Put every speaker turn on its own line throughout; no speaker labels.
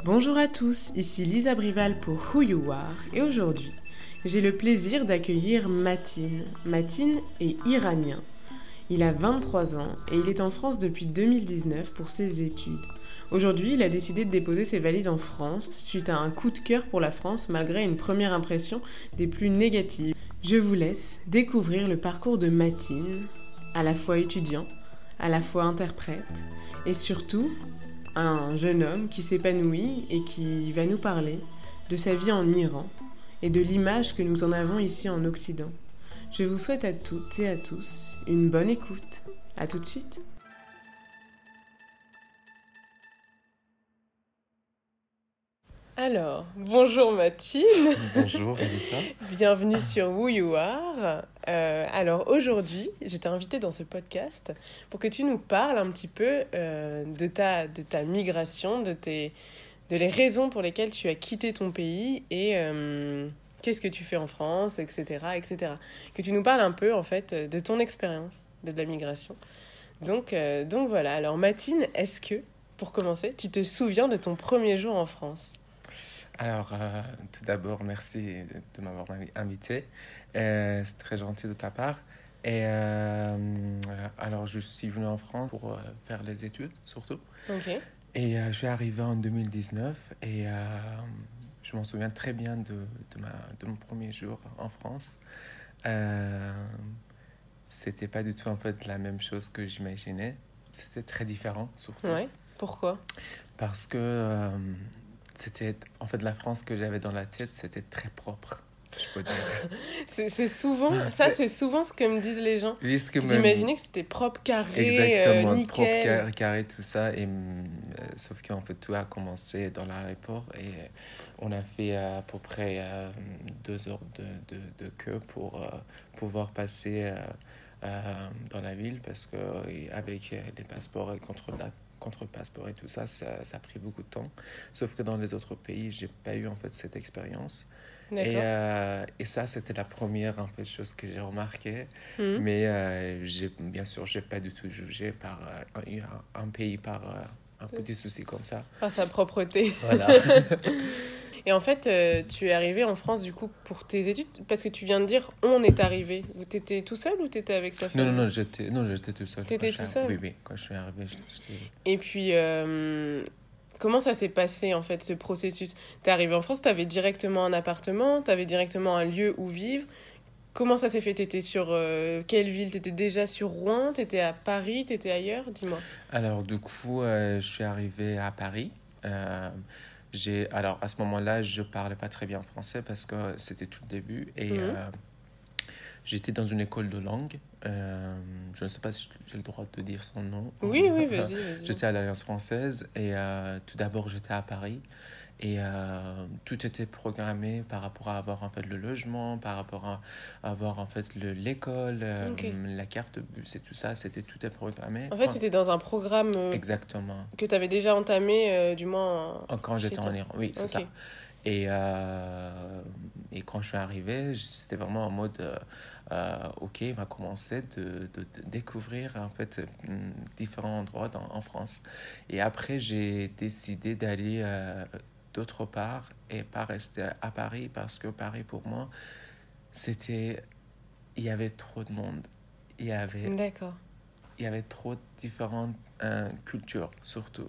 Bonjour à tous, ici Lisa Brival pour Who You Are et aujourd'hui, j'ai le plaisir d'accueillir Matin. Matin est iranien. Il a 23 ans et il est en France depuis 2019 pour ses études. Aujourd'hui, il a décidé de déposer ses valises en France suite à un coup de cœur pour la France malgré une première impression des plus négatives. Je vous laisse découvrir le parcours de Matin, à la fois étudiant, à la fois interprète et surtout un jeune homme qui s'épanouit et qui va nous parler de sa vie en Iran et de l'image que nous en avons ici en Occident. Je vous souhaite à toutes et à tous une bonne écoute. À tout de suite. Alors, bonjour Mathilde.
Bonjour Elisa.
Bienvenue sur Who You Are. Alors aujourd'hui, je t'ai invité dans ce podcast pour que tu nous parles un petit peu de ta migration, de les raisons pour lesquelles tu as quitté ton pays et qu'est-ce que tu fais en France, etc., etc. Que tu nous parles un peu en fait de ton expérience de la migration. Donc voilà. Alors Mathilde, est-ce que, pour commencer, tu te souviens de ton premier jour en France ?
Alors, tout d'abord, merci de m'avoir invité. C'est très gentil de ta part. Et alors, je suis venu en France pour faire les études, surtout.
Ok.
Et je suis arrivé en 2019 et je m'en souviens très bien de mon premier jour en France. C'était pas du tout en fait la même chose que j'imaginais. C'était très différent, surtout.
Ouais. Pourquoi ?
Parce que c'était en fait la France que j'avais dans la tête, c'était très propre, je peux dire.
c'est souvent ce que me disent les gens.
Oui, ce que
Ils imaginaient que c'était propre, carré,
exactement,
nickel.
propre, carré, tout ça. Et, sauf qu'en fait, tout a commencé dans l'aéroport et on a fait à peu près 2 heures de queue pour pouvoir passer dans la ville parce que avec les passeports et contre le passeport et tout ça, ça a pris beaucoup de temps. Sauf que dans les autres pays, j'ai pas eu en fait cette expérience. Et ça, c'était la première en fait, chose que j'ai remarqué. Mais bien sûr, j'ai pas du tout jugé par un pays par un petit souci comme ça.
Par sa propreté.
Voilà.
Et en fait, tu es arrivé en France du coup pour tes études parce que tu viens de dire on est arrivé. T'étais tout seul ou t'étais avec ta famille ?
Non, j'étais tout seul.
T'étais tout seul ?
Oui, quand je suis arrivé, j'étais...
Et puis, comment ça s'est passé en fait ce processus ? T'es arrivé en France, t'avais directement un appartement, t'avais directement un lieu où vivre. Comment ça s'est fait ? T'étais sur quelle ville ? T'étais déjà sur Rouen ? T'étais à Paris ? T'étais ailleurs ? Dis-moi.
Alors, du coup, je suis arrivé à Paris. Alors, à ce moment-là, je parlais pas très bien français parce que c'était tout le début. Et j'étais dans une école de langue. Je ne sais pas si j'ai le droit de dire son nom.
Oui, vas-y.
J'étais à l'Alliance française et tout d'abord, j'étais à Paris. Et tout était programmé par rapport à avoir en fait le logement, par rapport à avoir en fait l'école, la carte de bus et tout ça, tout est programmé.
En fait, c'était dans un programme
exactement.
Que tu avais déjà entamé, du moins
quand j'étais en Iran, oui, c'est ça. Et quand je suis arrivé, c'était vraiment en mode ok, on va commencer de découvrir en fait différents endroits en France. Et après, j'ai décidé d'aller d'autre part et pas rester à Paris parce que Paris pour moi il y avait trop de monde,
D'accord.
Il y avait trop de différentes cultures surtout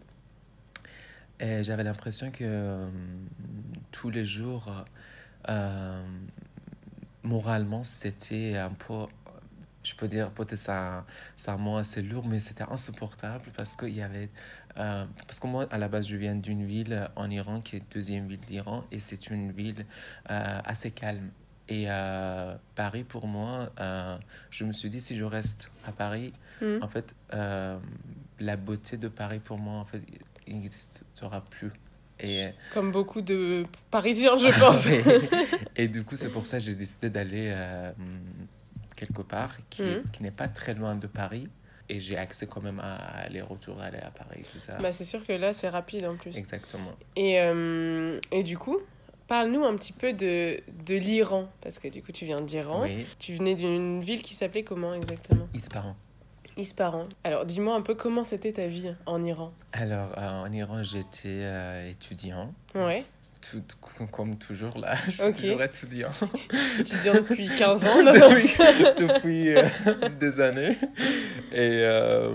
et j'avais l'impression que tous les jours moralement c'était un peu, je peux dire peut-être c'est un mot assez lourd mais c'était insupportable parce qu'il y avait parce que moi, à la base, je viens d'une ville en Iran qui est la deuxième ville d'Iran et c'est une ville assez calme. Et Paris, pour moi, je me suis dit, si je reste à Paris, en fait, la beauté de Paris, pour moi, en fait, il n'existera plus. Et,
comme beaucoup de Parisiens, je pense.
et du coup, c'est pour ça que j'ai décidé d'aller quelque part qui n'est pas très loin de Paris. Et j'ai accès quand même à aller-retour, aller à Paris, tout ça.
Bah, c'est sûr que là, c'est rapide en plus.
Exactement.
Et du coup, parle-nous un petit peu de l'Iran. Parce que du coup, tu viens d'Iran.
Oui.
Tu venais d'une ville qui s'appelait comment exactement ?
Ispahan.
Ispahan. Alors, dis-moi un peu comment c'était ta vie en Iran.
Alors, en Iran, j'étais étudiant.
Ouais,
Tout, comme toujours, là, je suis
ok.
toujours étudiant.
Étudiant depuis 15 ans maintenant.
Depuis des années. Et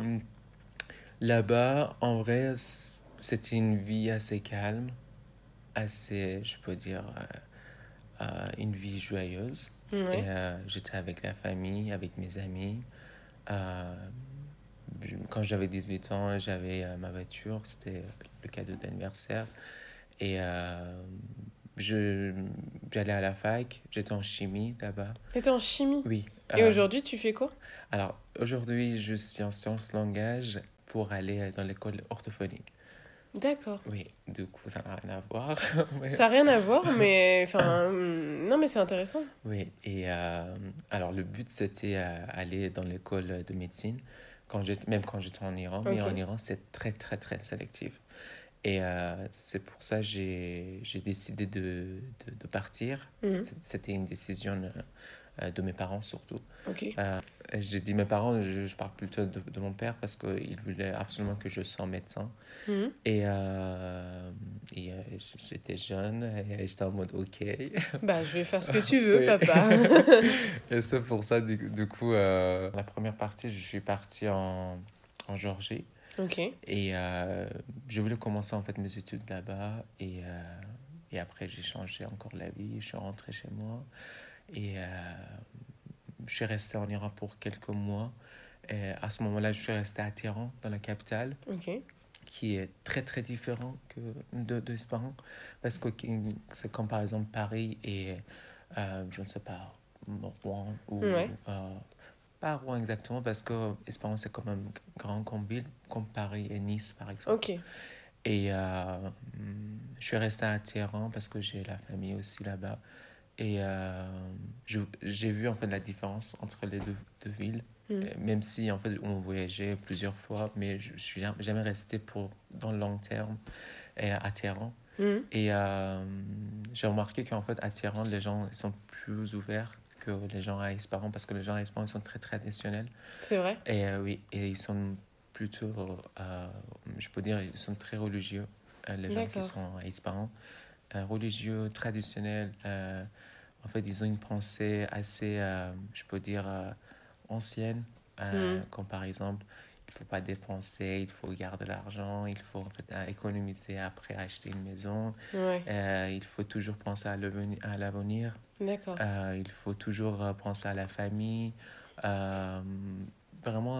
là-bas, en vrai, c'était une vie assez calme, assez, je peux dire, une vie joyeuse. Et
Ouais,
j'étais avec la famille, avec mes amis. Euh, Quand j'avais 18 ans, j'avais ma voiture, c'était le cadeau d'anniversaire. Et je, j'allais à la fac, j'étais en chimie là-bas.
t'étais en chimie.
Oui.
Et aujourd'hui, tu fais quoi?
Alors, aujourd'hui, je suis en sciences langage pour aller dans l'école orthophonique.
D'accord.
Oui, du coup, ça n'a rien à voir. mais-
Ça n'a rien à voir, mais... Enfin, non, mais c'est intéressant.
Oui, et alors le but, c'était aller dans l'école de médecine, même quand j'étais en Iran, mais en
Ok.
Iran, c'est très, très, très sélectif. Et c'est pour ça que j'ai décidé de partir.
Mhm.
C'était une décision de mes parents surtout.
Ok.
Euh, j'ai dit mes parents, je parle plutôt de mon père parce qu'il voulait absolument que je sois médecin.
Mhm.
Et j'étais jeune et j'étais en mode OK.
Bah, je vais faire ce que tu veux,
Oui.
papa.
Et c'est pour ça, du coup, la première partie, je suis parti en Géorgie.
Ok.
Et je voulais commencer en fait mes études là-bas. Et après, j'ai changé encore la vie. Je suis rentré chez moi. Et je suis resté en Iran pour quelques mois. Et à ce moment-là, je suis resté à Téhéran, dans la capitale,
Ok.
qui est très très différent que de Ispahan. Parce que c'est comme par exemple Paris et, je ne sais pas, Rouen ou...
Ouais.
pas Rouen exactement, parce que Ispahan c'est quand même grand comme ville, comme Paris et Nice par exemple.
Ok.
Et je suis resté à Téhéran parce que j'ai la famille aussi là-bas. Et j'ai vu en fait la différence entre les deux villes.
Mhm.
Même si en fait on voyageait plusieurs fois, mais je suis jamais resté dans le long terme à Téhéran.
Mhm.
Et j'ai remarqué qu'en fait à Téhéran les gens ils sont plus ouverts que les gens à Ispahan parce que les gens à Ispahan ils sont très traditionnels.
C'est vrai?
Et oui, et ils sont plutôt, je peux dire, ils sont très religieux, les gens qui
D'accord.
sont à Ispahan. Religieux, traditionnels. En fait, ils ont une pensée assez, je peux dire, ancienne.
Mhm.
Comme par exemple, il ne faut pas dépenser, il faut garder l'argent, il faut en fait, économiser après acheter une maison.
Ouais.
Il faut toujours penser à l'avenir.
D'accord.
Il faut toujours penser à la famille. Euh, Vraiment,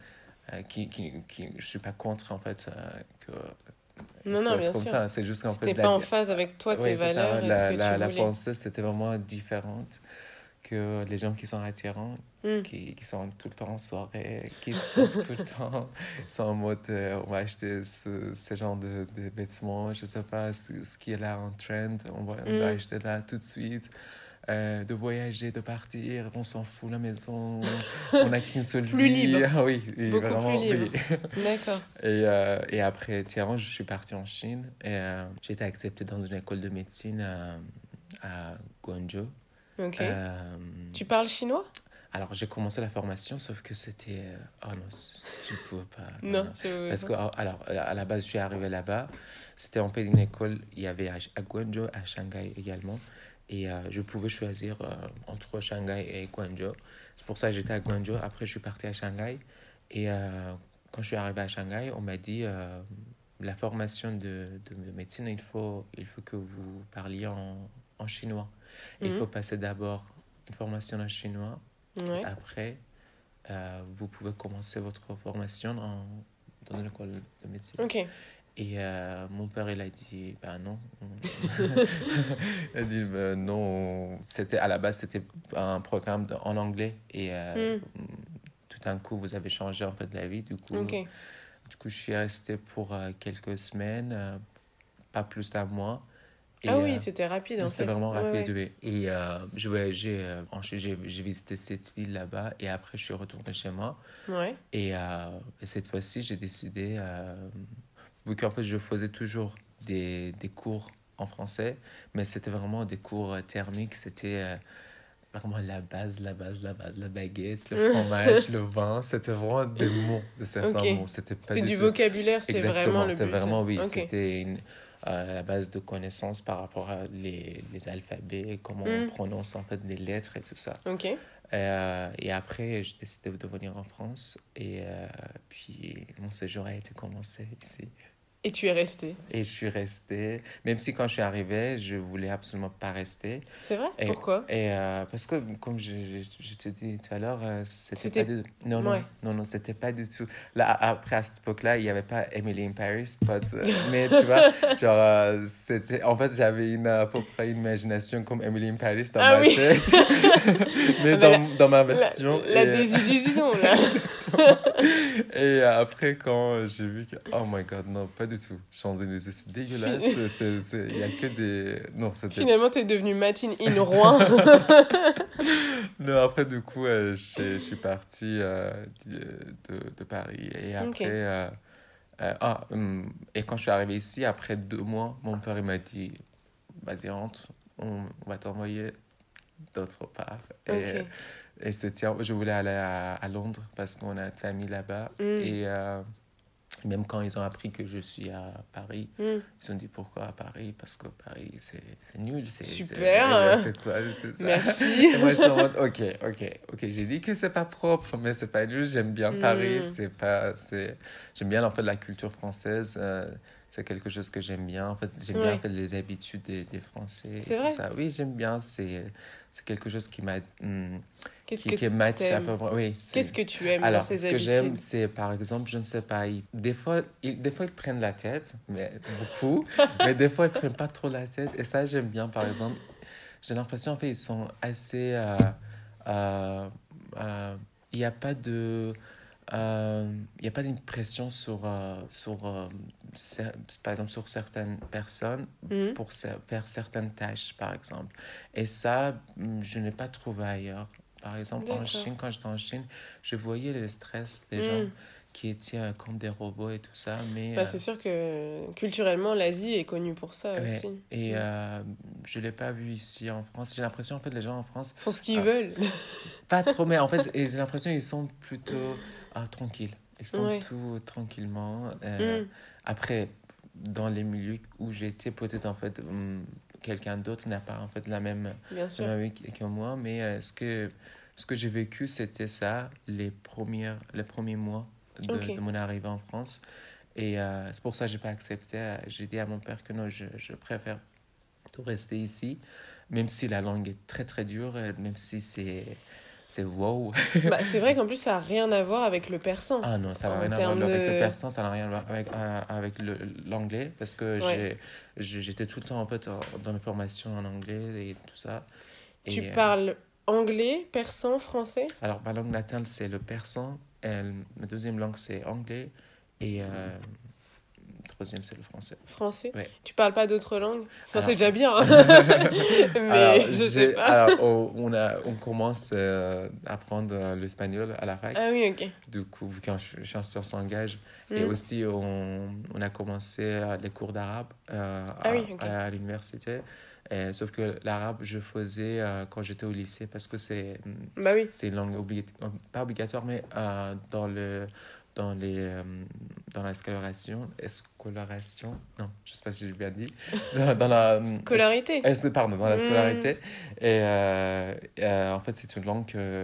je ne suis pas contre en fait que il
Non,
faut
non,
être
bien
comme
sûr.
ça. C'est juste qu'en fait,
C'était pas en phase avec toi, tes
oui, c'est ça.
valeurs et ce que tu
La
voulais.
pensée, c'était vraiment différente que les gens qui sont attirants,
Mhm.
qui sont tout le temps en soirée, qui sortent tout le temps, sont en mode on va acheter ce genre de vêtements, je sais pas, ce qui est là en trend, on doit
Mhm.
acheter là tout de suite. De voyager, de partir, on s'en fout la maison, on n'a qu'une seule
Plus
vie.
libre.
Ah oui, oui,
Beaucoup plus
vraiment,
libre.
oui.
D'accord.
Et après Téhéran, je suis parti en Chine et j'ai été accepté dans une école de médecine à Guangzhou.
Ok.
Euh,
Tu parles chinois?
alors, j'ai commencé la formation, sauf que c'était... oh non, je ne pouvais pas. Non,
Non,
non.
tu veux
Parce
pas.
que, alors, à la base, je suis arrivé là-bas. C'était en fait une école, il y avait à Guangzhou, à Shanghai également. Et je pouvais choisir entre Shanghai et Guangzhou. C'est pour ça que j'étais à Guangzhou. Après, je suis parti à Shanghai. Et quand je suis arrivé à Shanghai, on m'a dit, la formation de médecine, il faut que vous parliez en chinois. Il
Mhm.
faut passer d'abord une formation en chinois. Et
Ouais.
après, vous pouvez commencer votre formation dans une école de médecine.
Ok.
Et mon père, il a dit, ben non. Il a dit, ben non. À la base, c'était un programme en anglais. Et
Mhm.
tout d'un coup, vous avez changé en fait la vie.
Ok.
Du coup, je suis resté pour quelques semaines, pas plus d'un mois.
Ah
Et
oui, c'était rapide en
c'était
fait.
vraiment
Ouais,
rapide,
ouais.
oui. Et je voyageais, j'ai visité cette ville là-bas et après je suis retourné chez moi.
Ouais.
Et cette fois-ci, j'ai décidé, vu qu'en fait je faisais toujours des cours en français, mais c'était vraiment des cours thermiques, c'était vraiment la baguette, le fromage, le vin. C'était vraiment des mots, de certains
Ok.
mots. C'était pas
C'était
du
du
tout.
vocabulaire, c'est vraiment
Exactement,
le
c'est
but.
vraiment, oui,
Ok.
c'était la base de connaissances par rapport à les alphabets, comment on
Hmm.
prononce en fait les lettres et tout ça.
Ok.
Et après, j'ai décidé de venir en France et puis mon séjour a été commencé ici.
Et tu es resté.
Et je suis resté, même si quand je suis arrivé, je voulais absolument pas rester.
C'est vrai?
Et,
Pourquoi?
parce que, comme je te dis tout à l'heure, c'était pas
C'était...
du... Non,
Ouais.
c'était pas du tout... Là, après, à cette époque-là, il n'y avait pas Emily in Paris, mais tu vois, genre, c'était... En fait, j'avais à peu près une imagination comme Emily in Paris dans
Ah
ma
oui!
tête, mais
Ah ben
dans ma
la,
version.
la désillusion, là.
Et après, quand j'ai vu que, oh my god, non, pas du tout. Champs-Élysées, c'est dégueulasse. Il y a que des. Non, c'était.
Finalement, t'es devenue Matine in Rouen.
Non, après, du coup, je suis parti de Paris. Et
Ok.
après. Et quand je suis arrivé ici, après 2 mois, mon père il m'a dit, vas-y, rentre, on va t'envoyer d'autre part.
Ok.
Et c'était, je voulais aller à Londres parce qu'on a de famille là-bas.
Hmm.
Et même quand ils ont appris que je suis à Paris,
Hmm.
ils ont dit pourquoi à Paris? Parce que Paris, c'est nul.
Super.
C'est quoi tout ça?
Merci.
Et moi, je suis en mode, ok. J'ai dit que c'est pas propre, mais c'est pas nul. J'aime bien Paris.
Hmm.
J'aime bien en fait la culture française. C'est quelque chose que j'aime bien. En fait, j'aime bien en
Ouais.
fait, les habitudes des Français et
C'est
tout
vrai.
ça. Oui, j'aime bien. C'est quelque chose qui m'a
Qu'est-ce que
qui match à
t'aimes?
peu près. Oui,
Qu'est-ce que tu aimes dans
alors,
ces
ce que j'aime,
habitudes?
c'est par exemple, je ne sais pas, des fois ils prennent la tête, mais beaucoup, mais des fois ils prennent pas trop la tête. Et ça, j'aime bien, par exemple. J'ai l'impression, en fait, ils sont assez. Euh, il n'y a pas de. Il y a pas d'une pression par exemple, sur certaines personnes
Hmm.
pour faire certaines tâches, par exemple. Et ça, je n'ai pas trouvé ailleurs. Par exemple, en
D'accord.
Chine, quand j'étais en Chine, je voyais le stress des gens
Hmm.
qui étaient comme des robots et tout ça, mais
Bah, c'est sûr que culturellement, l'Asie est connue pour ça
ouais,
aussi.
et
Hmm.
je l'ai pas vu ici en France. J'ai l'impression, en fait, les gens en France,
Font ce qu'ils
euh,
veulent.
pas trop, mais en fait, j'ai l'impression qu'ils sont plutôt tranquilles. Ils font
Ouais.
tout tranquillement.
Hmm.
Après, dans les milieux où j'ai été, peut-être en fait, quelqu'un d'autre n'a pas en fait
Bien
la
sûr.
même vie que moi, mais ce que j'ai vécu, c'était ça, les premiers mois
Ok.
de mon arrivée en France. Et c'est pour ça que j'ai pas accepté. J'ai dit à mon père que non, je préfère tout rester ici, même si la langue est très très dure, même si c'est wow.
Bah, c'est vrai qu'en plus, ça a rien à voir avec le persan.
Ah non, ça n'a
En
rien à voir
termes
avec le
de...
persan, ça n'a rien à voir avec l'anglais, parce que
Ouais.
j'étais tout le temps en fait dans les formations en anglais et tout ça.
Tu
Et
parles anglais, persan, français?
alors, ma langue natale, c'est le persan, et ma deuxième langue, c'est anglais, et troisième, c'est le français.
Français?
Ouais.
Tu parles pas d'autres langues? Enfin, c'est
Alors,
déjà bien, hein.
alors,
Mais je sais pas.
on commence à apprendre l'espagnol à la fac.
Ah oui, ok.
Du coup, vu que je suis en sciences langage, et
Hmm.
aussi on a commencé les cours d'arabe
Ah oui, ok.
à l'université. Sauf que l'arabe, je faisais quand j'étais au lycée parce que
Bah oui.
c'est une langue pas obligatoire, mais dans les, euh, dans la scolaration, non, je sais pas si j'ai bien dit, dans la,
Scolarité.
pardon, dans la
Hmm.
scolarité. Et en fait, c'est une langue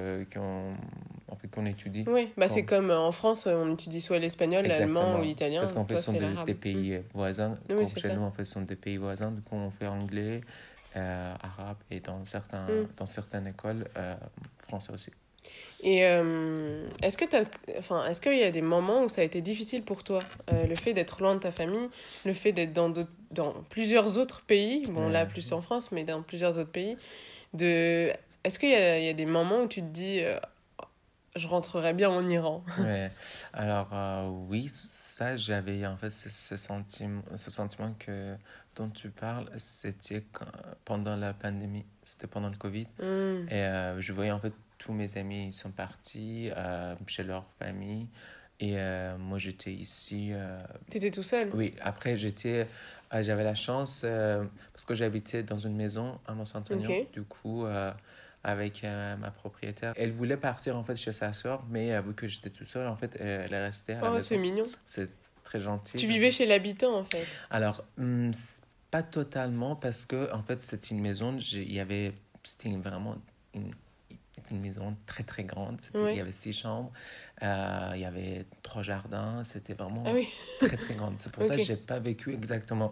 en fait, qu'on étudie.
Oui, bah c'est
Bon.
comme en France, on étudie soit l'espagnol, l'allemand ou
Exactement.
l'italien.
Parce qu'en fait,
Toi,
ce sont
c'est l'arabe.
des pays voisins.
Oui,
Comme
c'est
chez
ça.
nous, en fait, ce sont des pays voisins. Du coup, on fait anglais, arabe et
Hmm.
dans certaines écoles, français aussi.
Et est-ce qu'il y a des moments où ça a été difficile pour toi, le fait d'être loin de ta famille, le fait d'être dans plusieurs autres pays, bon là
Ouais.
plus en France, mais dans plusieurs autres pays, est-ce il y a des moments où tu te dis, je rentrerai bien en Iran?
Ouais. Alors, oui, ça, j'avais en fait ce sentiment dont tu parles, c'était pendant la pandémie, c'était pendant le Covid.
Hmm.
Et je voyais en fait tous mes amis, ils sont partis chez leur famille. Et moi, j'étais ici.
T'étais tout seul?
Oui, après, j'avais la chance parce que j'habitais dans une maison à
Ok.
Mont-Saint-Aignan. Du coup, avec ma propriétaire. Elle voulait partir en fait chez sa soeur, mais vu que j'étais tout seul, en fait, elle est restée à la maison.
C'est mignon.
C'est très gentil.
Tu vivais chez l'habitant, en fait?
Alors, pas totalement, parce que en fait, c'est une maison, c'était vraiment une maison très très grande.
Oui.
Il y avait 6 chambres, il y avait 3 jardins, c'était vraiment
Ah oui.
très très grande. C'est pour ça que j'ai pas vécu exactement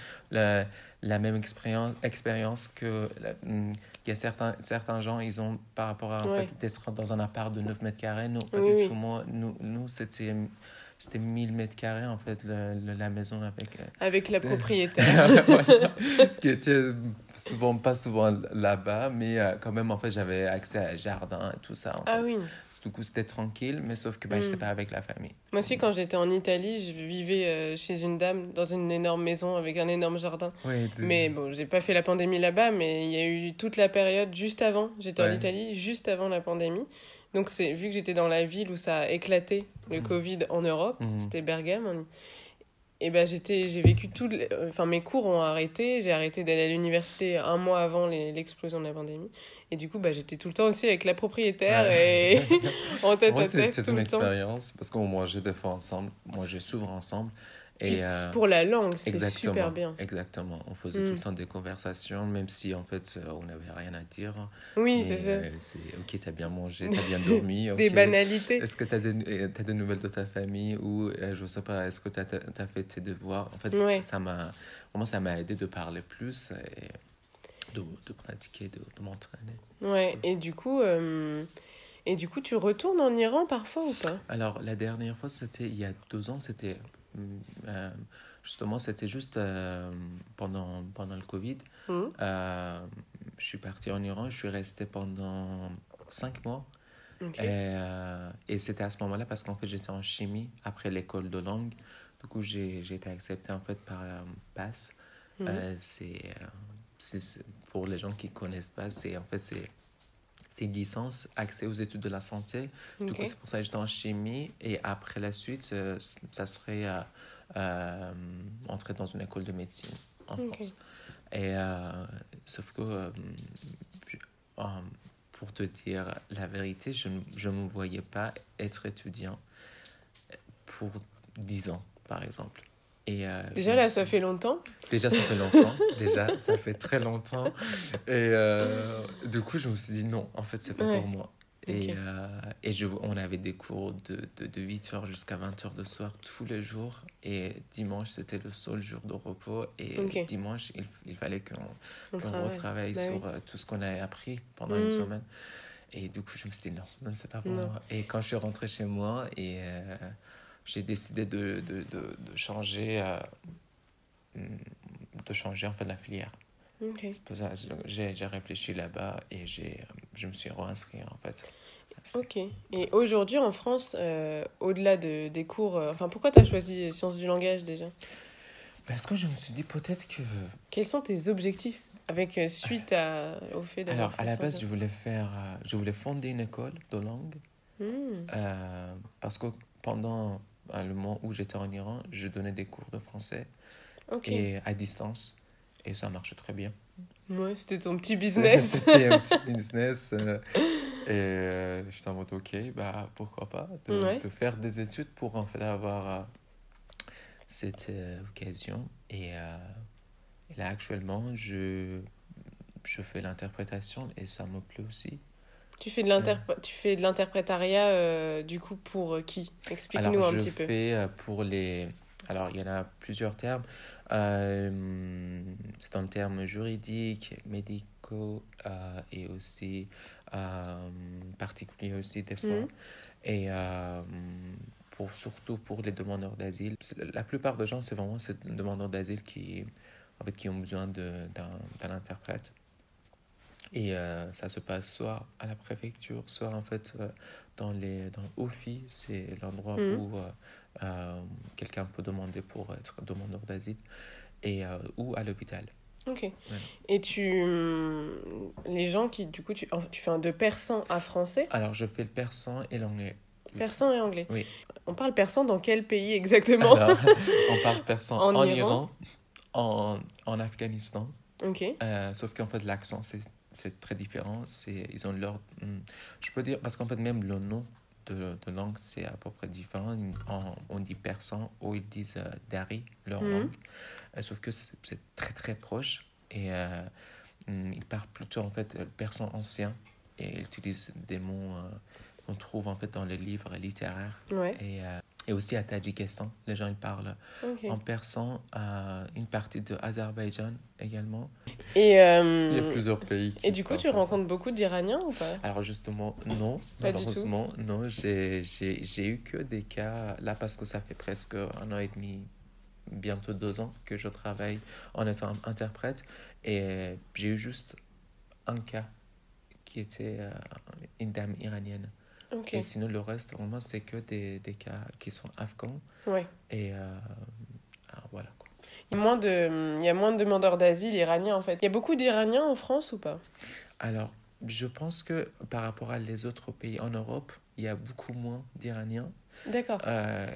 la même expérience que il y a certains gens, ils ont par rapport à en fait, d'être dans un appart de 9 mètres carrés. Nous, pas du tout. Moi, nous c'était 1000 mètres carrés en fait, la maison
avec la propriétaire.
Ce qui était pas souvent là-bas, mais quand même en fait j'avais accès à jardin et tout ça.
Ah oui.
Du coup c'était tranquille, mais sauf que j'étais pas avec la famille.
Moi aussi, quand j'étais en Italie, je vivais chez une dame dans une énorme maison avec un énorme jardin. Mais bon, j'ai pas fait la pandémie là-bas, mais il y a eu toute la période juste avant. J'étais en Italie juste avant la pandémie. Donc, vu que j'étais dans la ville où ça a éclaté, le Covid en Europe, c'était Bergame, et j'ai vécu mes cours ont arrêté, j'ai arrêté d'aller à l'université un mois avant l'explosion de la pandémie. Et du coup, j'étais tout le temps aussi avec la propriétaire et en tête à tête
c'est
tout
une
le temps.
expérience, parce qu'on mangeait des fois ensemble, on mangeait souvent ensemble.
Et pour la langue, c'est
exactement,
super bien.
Exactement. On faisait tout le temps des conversations, même si en fait on n'avait rien à dire.
Oui, c'est ça.
C'est ok, t'as bien mangé, t'as bien dormi. Okay.
Des banalités.
Est-ce que t'as des nouvelles de ta famille ou je sais pas, est-ce que t'as fait tes devoirs? En fait, ça m'a aidé de parler plus et de pratiquer, de m'entraîner.
Ouais, et du coup, tu retournes en Iran parfois ou pas? Alors,
la dernière fois, c'était il y a 2 ans, c'était. Justement, c'était juste pendant le Covid. Je suis parti en Iran, je suis resté pendant 5 mois. Okay. Et c'était à ce moment-là parce qu'en fait, j'étais en chimie après l'école de langue. Du coup, j'ai été accepté en fait par PASS. C'est pour les gens qui ne connaissent pas, c'est une licence accès aux études de la santé. Du coup, c'est pour ça que j'étais en chimie. Et après la suite, ça serait entrer dans une école de médecine en France. Et sauf que, pour te dire la vérité, je ne me voyais pas être étudiant pour 10 ans, par exemple. Et
déjà là, ça fait longtemps.
Déjà, ça fait longtemps. Déjà, ça fait très longtemps. Et du coup, je me suis dit non, en fait, c'est pas pour moi. Et on avait des cours de 8h jusqu'à 20h de soir tous les jours. Et dimanche, c'était le seul jour de repos. Et dimanche, il fallait qu'on retravaille sur tout ce qu'on avait appris pendant une semaine. Et du coup, je me suis dit non, c'est pas pour moi. Et quand je suis rentrée chez moi et j'ai décidé de changer en fait la filière. C'est pour ça que j'ai réfléchi là-bas et je me suis réinscrit en fait.
Ok. Et aujourd'hui en France, au-delà des cours, pourquoi tu as choisi sciences du langage déjà?
Parce que je me suis dit peut-être que...
Quels sont tes objectifs suite au fait d'avoir fait
à la base, je voulais fonder une école de langue. Parce que pendant le moment où j'étais en Iran, je donnais des cours de français et à distance. Et ça marchait très bien.
Ouais, c'était ton petit business.
C'était un petit business. Et j'étais en mode, ok, pourquoi pas de faire des études pour en fait avoir cette occasion. Et là, actuellement, je fais l'interprétation et ça me plaît aussi.
Tu fais de l'interprétariat, du coup, pour qui? Explique-nous un petit peu.
Je fais pour les... Alors, il y en a plusieurs termes. C'est en termes juridiques, médicaux et aussi particuliers aussi des fois. Et surtout pour les demandeurs d'asile. La plupart des gens, c'est vraiment ces demandeurs d'asile qui ont besoin d'un interprète. Et ça se passe soit à la préfecture, soit en fait dans OFI, c'est l'endroit où quelqu'un peut demander pour être demandeur d'asile, ou à l'hôpital.
Ok. Ouais. Et les gens qui, du coup, tu fais de persan à français?
Alors, je fais le persan et l'anglais.
Persan et anglais.
Oui.
On parle persan dans quel pays exactement?
Alors, on parle persan en Iran, en Afghanistan.
Ok.
Sauf qu'en fait, l'accent, c'est très différent. Ils ont leur... Je peux dire, parce qu'en fait, même le nom de langue, c'est à peu près différent. On dit persan ou ils disent dari, leur
Mhm.
langue. Sauf que c'est très très proche. Et ils parlent plutôt en fait le persan ancien. Et ils utilisent des mots qu'on trouve en fait dans les livres littéraires.
Ouais,
Et aussi à Tadjikistan, les gens ils parlent en
ok.
persan, une partie de Azerbaïdjan également.
Et,
Il y a plusieurs pays
et
qui
du coup,
parlent
tu
persan.
rencontres beaucoup d'Iraniens ou pas?
Alors justement, non,
Pas du tout.
malheureusement, non, j'ai eu que des cas, là parce que ça fait presque 1 an et demi, bientôt 2 ans que je travaille en étant interprète, et j'ai eu juste un cas qui était une dame iranienne.
Ok,
Et sinon, le reste, vraiment, c'est que des cas qui sont afghans,
ouais.
et voilà quoi.
Il y a moins de demandeurs d'asile iraniens en fait. Il y a beaucoup d'Iraniens en France ou pas?
Alors, je pense que par rapport à les autres pays en Europe, il y a beaucoup moins d'Iraniens.
D'accord.
Euh,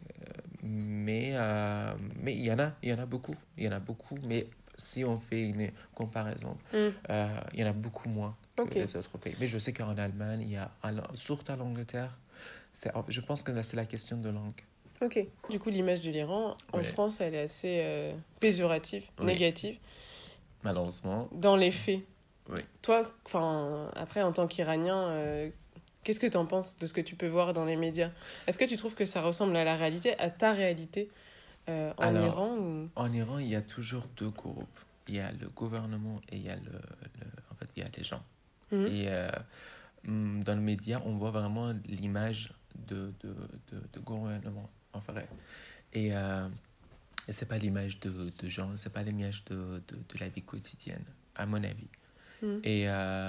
mais il y en a beaucoup. Il y en a beaucoup. Mais si on fait une comparaison,
Hmm.
il y en a beaucoup moins que
Ok,
les autres pays. Mais je sais qu'en Allemagne, surtout à l'Angleterre, je pense que là, c'est la question de langue.
ok. Du coup, l'image de l'Iran en
Oui,
France, elle est assez péjorative,
oui,
négative,
malheureusement.
dans les faits.
Oui.
Toi, enfin, après, en tant qu'Iranien, qu'est-ce que tu en penses de ce que tu peux voir dans les médias? Est-ce que tu trouves que ça ressemble à la réalité, à ta réalité en
Alors,
Iran ou...
en Iran, il y a toujours deux groupes. Il y a le gouvernement et il y a en fait, il y a les gens.
Mhm.
Et dans le média, on voit vraiment l'image de gouvernement, en vrai. Et, et c'est pas l'image de gens, c'est pas l'image de la vie quotidienne, à mon avis.
Mhm.
Et,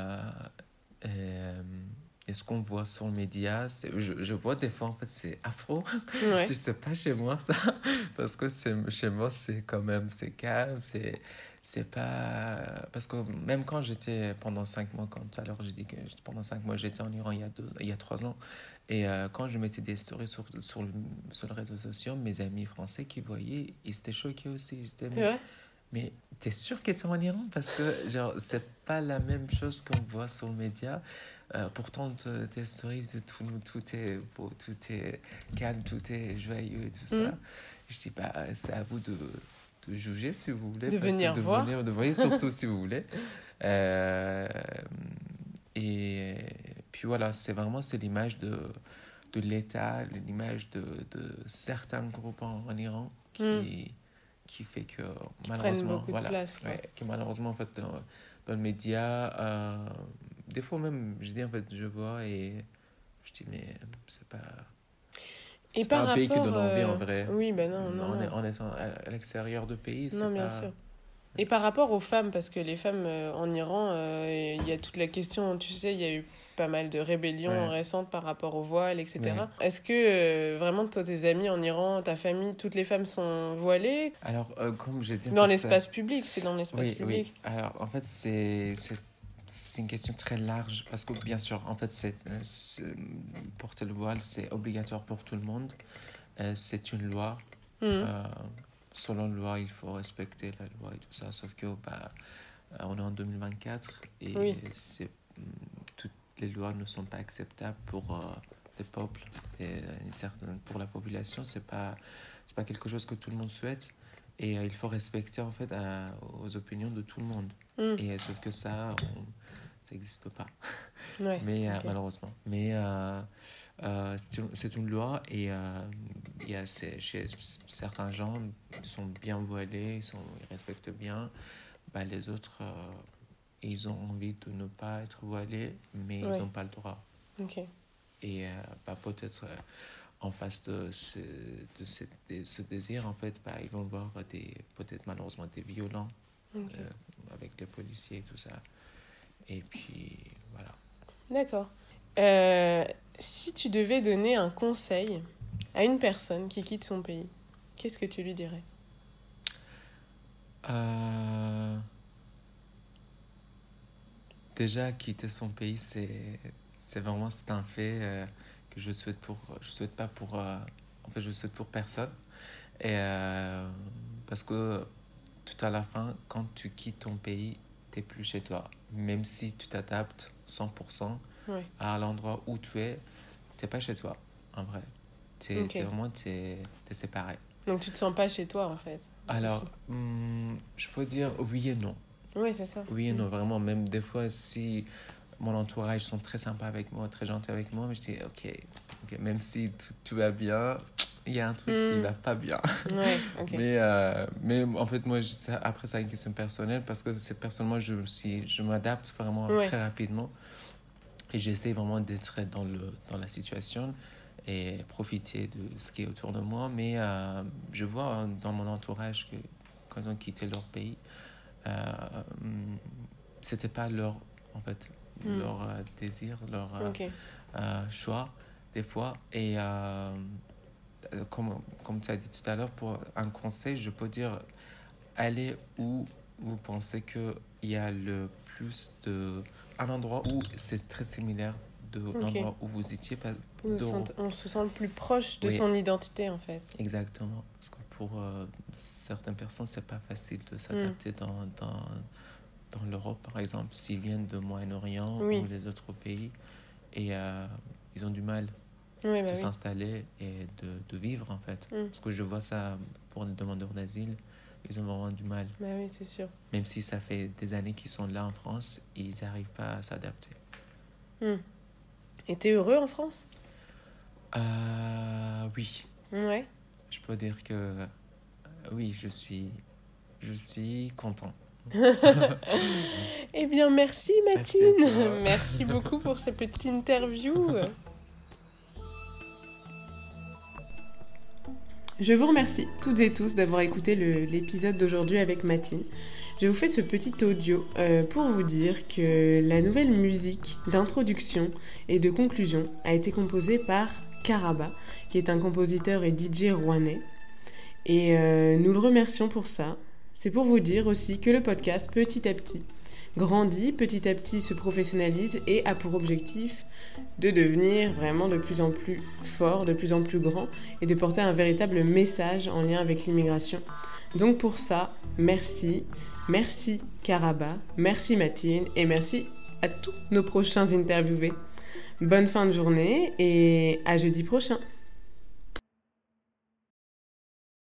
euh, et ce qu'on voit sur le média, je vois des fois, en fait, c'est afro. Je
Ouais,
sais pas chez moi, ça. Parce que chez moi, c'est quand même, c'est calme, c'est pas... Parce que même quand j'étais pendant 5 mois, quand tout à l'heure j'ai dit que pendant 5 mois, j'étais en Iran il y a 3 ans. Et quand je mettais des stories sur le réseau social, mes amis français qui voyaient, ils étaient choqués aussi. Ils étaient,
c'est vrai.
mais t'es sûr qu'elle est en Iran? Parce que, genre, c'est pas la même chose qu'on voit sur le média. Pourtant, tes stories, tout est beau, tout est calme, tout est joyeux et tout
Mhm.
ça. Je dis, bah, c'est à vous de juger si vous voulez,
De venir
de
voir.
venir, de voyer surtout si vous voulez. Euh, et puis voilà, c'est l'image de l'État, l'image de certains groupes en Iran
Mhm.
qui fait que
Qui prennent
malheureusement,
beaucoup de
voilà,
place, quoi.
ouais, que malheureusement en fait dans le média, des fois même je dis en fait je vois et je dis mais c'est pas
Et
c'est pas
par
un pays qui
rapport...
donne envie en vrai.
Oui, ben non, non, non.
En étant à l'extérieur du pays,
Non,
c'est
bien
pas
sûr. Et par rapport aux femmes, parce que les femmes en Iran, il y a toute la question, tu sais, il y a eu pas mal de rébellions
ouais,
récentes par rapport au voile,
mais
etc. Est-ce que vraiment, toi, tes amis en Iran, ta famille, toutes les femmes sont voilées?
alors comme j'ai dit en
Dans
fait
l'espace public, c'est dans l'espace
oui, oui.
public.
Alors, en fait, c'est une question très large parce que, bien sûr, en fait, porter le voile, c'est obligatoire pour tout le monde. C'est une loi.
Mhm.
Euh, Selon la loi, il faut respecter la loi et tout ça. Sauf que, bah, on est en 2024 et
Oui.
toutes les lois ne sont pas acceptables pour les peuples et pour la population. C'est pas quelque chose que tout le monde souhaite. Et il faut respecter en fait aux opinions de tout le monde.
Mhm.
Et sauf que ça n'existe pas.
Ouais,
Mais
ok.
malheureusement. Mais c'est une loi et chez certains gens, ils sont bien voilés, ils respectent bien. Bah, les autres, ils ont envie de ne pas être voilés, mais ils
Ouais,
n'ont pas le droit.
ok.
Et bah, peut-être en face de ce désir, en fait, bah, ils vont voir peut-être malheureusement des violents
Ok.
avec les policiers et tout ça. Et puis, voilà.
D'accord. Si tu devais donner un conseil à une personne qui quitte son pays, qu'est-ce que tu lui dirais?
Euh, Déjà, quitter son pays, c'est un fait que je souhaite pas pour, en fait, je souhaite pour personne. Et parce que tout à la fin, quand tu quittes ton pays, t'es plus chez toi. Même si tu t'adaptes 100%
Ouais.
à l'endroit où tu es, t'es pas chez toi, en vrai.
Ok.
T'es séparé.
Donc tu te sens pas chez toi en fait.
Alors, je peux dire oui et non.
Oui, c'est ça.
Oui et non, vraiment. Même des fois, si mon entourage sont très sympas avec moi, très gentils avec moi, mais je dis ok, même si tout va bien, il y a un truc qui va pas bien.
Ouais, ok.
Mais en fait, moi, après, ça, c'est une question personnelle parce que cette personne, moi, je m'adapte vraiment très rapidement et j'essaie vraiment d'être dans la situation et profiter de ce qui est autour de moi. Mais je vois dans mon entourage que quand ils ont quitté leur pays, c'était pas en fait, leur désir, leur choix, des fois. Et comme tu as dit tout à l'heure, pour un conseil, je peux dire allez où vous pensez qu'il y a le plus de... Un endroit où c'est très similaire de l'endroit où vous étiez.
On se sent le plus proche de son identité, en fait.
Exactement. Parce que pour certaines personnes, c'est pas facile de s'adapter dans l'Europe, par exemple, s'ils viennent de Moyen-Orient ou les autres pays. Et ils ont du mal de s'installer et de vivre, en fait. Parce que je vois ça pour les demandeurs d'asile. Ils ont vraiment du mal.
Bah oui, c'est sûr.
Même si ça fait des années qu'ils sont là en France, ils n'arrivent pas à s'adapter.
Et t'es heureux en France ?
Oui.
Ouais.
Je peux dire que oui, je suis content.
Eh bien, merci Mathine. Merci beaucoup pour cette petite interview. Je vous remercie toutes et tous d'avoir écouté l'épisode d'aujourd'hui avec Mathine. Je vous fais ce petit audio pour vous dire que la nouvelle musique d'introduction et de conclusion a été composée par Karaba, qui est un compositeur et DJ rouennais. Et nous le remercions pour ça. C'est pour vous dire aussi que le podcast, petit à petit, grandit, petit à petit se professionnalise et a pour objectif de devenir vraiment de plus en plus fort, de plus en plus grand et de porter un véritable message en lien avec l'immigration. Donc pour ça, merci Karaba, merci Mathine et merci à tous nos prochains interviewés. Bonne fin de journée et à jeudi prochain.